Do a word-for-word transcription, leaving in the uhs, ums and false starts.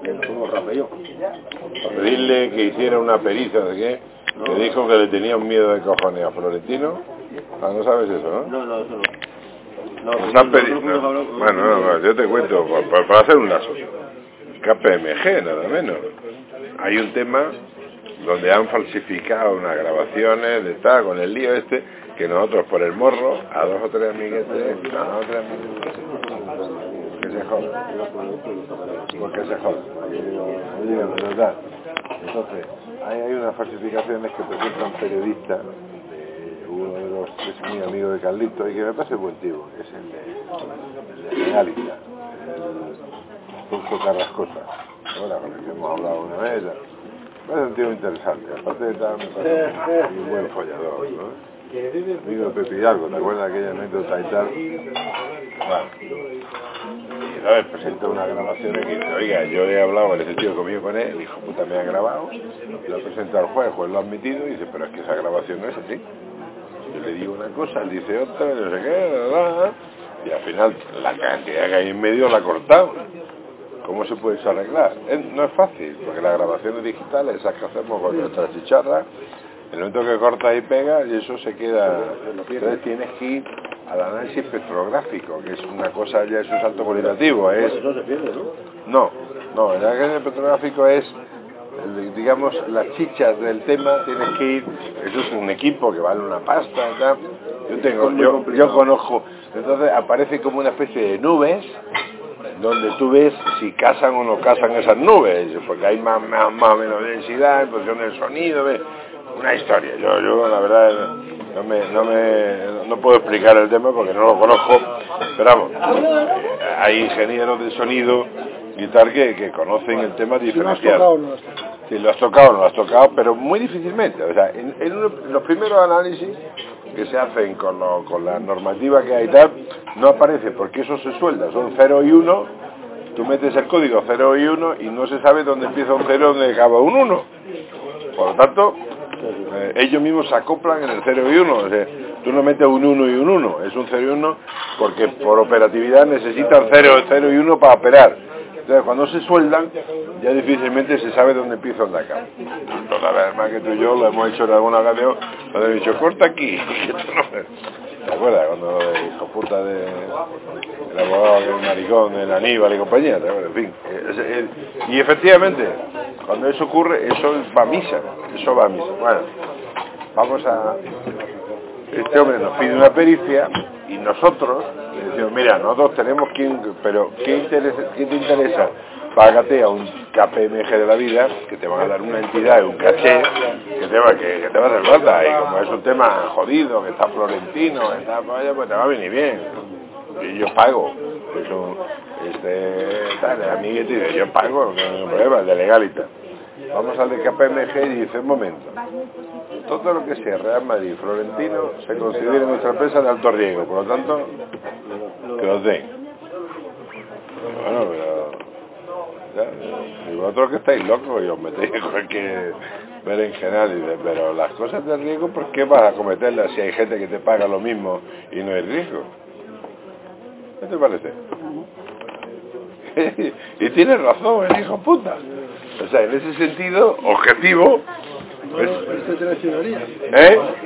Como rapeo. Pedirle que hiciera una pericia de qué, que dijo que le tenía un miedo de cojones a Florentino. Ah, no sabes eso, ¿no? No, no, eso no. No, Nos no, han pedido, no, no. no, no, Bueno, no, no, yo te cuento, para, para hacer un lazo. K P M G, nada menos. Hay un tema donde han falsificado unas grabaciones de tal, con el lío este, que nosotros por el morro, a dos o tres amiguetes, a dos o tres amiguetes, que se jodan. Porque se jodan. Oye, pero tal. Entonces, hay, hay unas falsificaciones que presentan periodistas, de uno de los que es muy amigo de Carlito y que me parece buen tipo, que es el de, el de Legalita, el Alfonso Carrascosa, ahora con el que hemos hablado una vez. Me parece un tío interesante, aparte de tal, me parece un buen follador, ¿no? Amigo de Pepe Hidalgo, ¿te acuerdas de aquella anécdota y tal? Bueno, y ¿sabes? Presenta una grabación y dice, oiga, yo he hablado con ese tío conmigo con él, hijo puta, me ha grabado, lo presenta al juez, el juez lo ha admitido y dice, pero es que esa grabación no es así. Yo le digo una cosa, él dice otra, no sé qué, bla, bla, bla, y al final la cantidad que hay en medio la ha cortado. ¿Cómo se puede eso arreglar? Es, no es fácil, porque las grabaciones digitales, esas que hacemos con nuestras chicharras, en el momento que cortas y pegas, y eso se queda. Entonces tienes que ir al análisis petrográfico, que es una cosa, ya es un salto cualitativo. Es, eso se pierde, ¿no? no, no, el análisis petrográfico es, digamos, las chichas del tema, tienes que ir, eso es un equipo que vale una pasta, ¿verdad? Yo tengo, yo, yo conozco, entonces aparece como una especie de nubes, donde tú ves si casan o no casan esas nubes, porque hay más, más, más o menos densidad en función del sonido, ¿ves? Una historia. Yo, yo la verdad no me, no me, no puedo explicar el tema porque no lo conozco, pero vamos, hay ingenieros de sonido y tal que, que conocen el tema diferenciado. Si lo has tocado o no lo has tocado, pero muy difícilmente. O sea, en, en uno, los primeros análisis que se hacen con, lo, con la normativa que hay y tal, no aparece porque eso se suelda, son cero y uno, tú metes el código cero y uno y no se sabe dónde empieza un cero y dónde acaba un uno. Por lo tanto, eh, ellos mismos se acoplan en el cero y uno. O sea, tú no metes un uno y un uno, es un cero y uno porque por operatividad necesitan cero, cero y uno para operar. Entonces, cuando se sueldan, ya difícilmente se sabe dónde empieza y dónde acaba. Toda vez más que tú y yo lo hemos hecho en alguna ocasión, cuando he dicho, corta aquí. ¿Te acuerdas? Cuando el hijo puta de el abogado, el maricón, el Aníbal y compañía, ¿te acuerdas? En fin. Es, es, y efectivamente, cuando eso ocurre, eso va a misa. Eso va a misa. Bueno, vamos a... Este hombre nos pide una pericia y nosotros le decimos, mira, nosotros tenemos quien, pero ¿qué, interesa, ¿qué te interesa? Págate a un K P M G de la vida, que te van a dar una entidad, un caché, que te va, que, que te va a hacer falta, y como es un tema jodido, que está Florentino, que está, pues te va a venir bien, y yo pago, eso, este, tal, el amiguete, yo pago, no hay problema, el de Legalita. Vamos al de K P M G y dice, un momento, todo lo que sea Real Madrid y Florentino se considera en nuestra empresa de alto riesgo, por lo tanto, que los den. Bueno, pero... Ya, y vosotros que estáis locos y os metéis en cualquier berenjenal y dice, pero las cosas de riesgo, ¿por qué vas a cometerlas si hay gente que te paga lo mismo y no hay riesgo? ¿Qué te parece? Y tienes razón el hijo puta. O sea, en ese sentido, objetivo, ¿Usted te traicionaría? ¿eh?